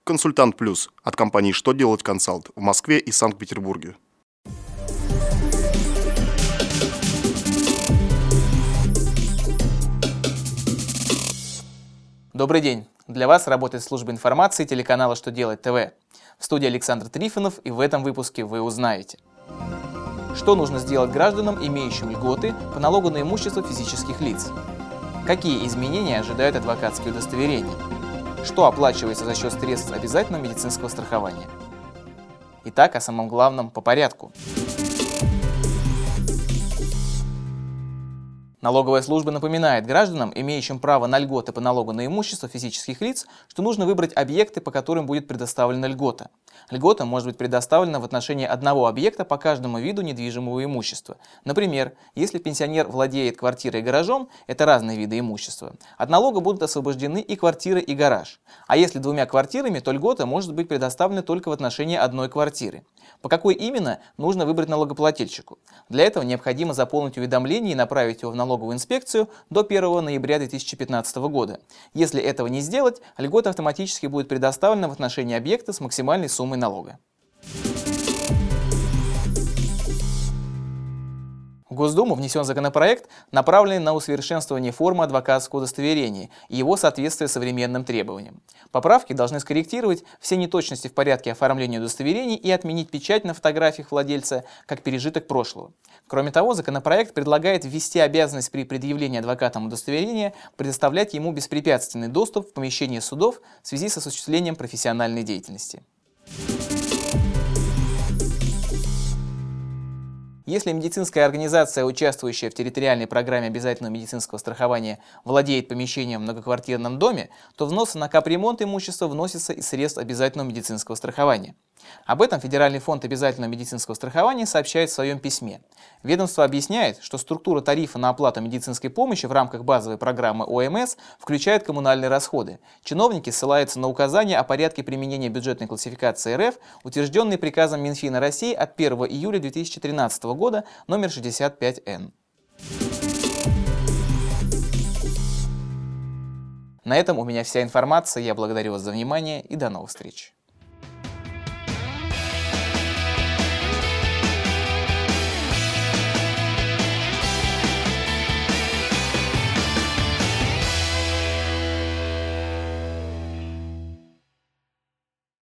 Консультант Плюс от компании «Что делать консалт» в Москве и Санкт-Петербурге. Добрый день! Для вас работает служба информации телеканала «Что делать ТВ». В студии Александр Трифонов, и в этом выпуске вы узнаете, что нужно сделать гражданам, имеющим льготы по налогу на имущество физических лиц, какие изменения ожидают адвокатские удостоверения, что оплачивается за счет средств обязательного медицинского страхования. Итак, о самом главном по порядку. Налоговая служба напоминает гражданам, имеющим право на льготы по налогу на имущество физических лиц, что нужно выбрать объекты, по которым будет предоставлена льгота. Льгота может быть предоставлена в отношении одного объекта по каждому виду недвижимого имущества. Например, если пенсионер владеет квартирой и гаражом, это разные виды имущества, от налога будут освобождены и квартира, и гараж. А если двумя квартирами, то льгота может быть предоставлена только в отношении одной квартиры. По какой именно, нужно выбрать налогоплательщику. Для этого необходимо заполнить уведомление и направить его в налоговую инспекцию до 1 ноября 2015 года. Если этого не сделать, льгота автоматически будет предоставлена в отношении объекта с максимальной суммой налога. В Госдуму внесен законопроект, направленный на усовершенствование формы адвокатского удостоверения и его соответствие современным требованиям. Поправки должны скорректировать все неточности в порядке оформления удостоверений и отменить печать на фотографиях владельца как пережиток прошлого. Кроме того, законопроект предлагает ввести обязанность при предъявлении адвокатом удостоверения предоставлять ему беспрепятственный доступ в помещение судов в связи с осуществлением профессиональной деятельности. Если медицинская организация, участвующая в территориальной программе обязательного медицинского страхования, владеет помещением в многоквартирном доме, то взносы на капремонт имущества вносятся из средств обязательного медицинского страхования. Об этом Федеральный фонд обязательного медицинского страхования сообщает в своем письме. Ведомство объясняет, что структура тарифа на оплату медицинской помощи в рамках базовой программы ОМС включает коммунальные расходы. Чиновники ссылаются на указания о порядке применения бюджетной классификации РФ, утвержденные приказом Минфина России от 1 июля 2013 года номер 65Н. На этом у меня вся информация. Я благодарю вас за внимание и до новых встреч.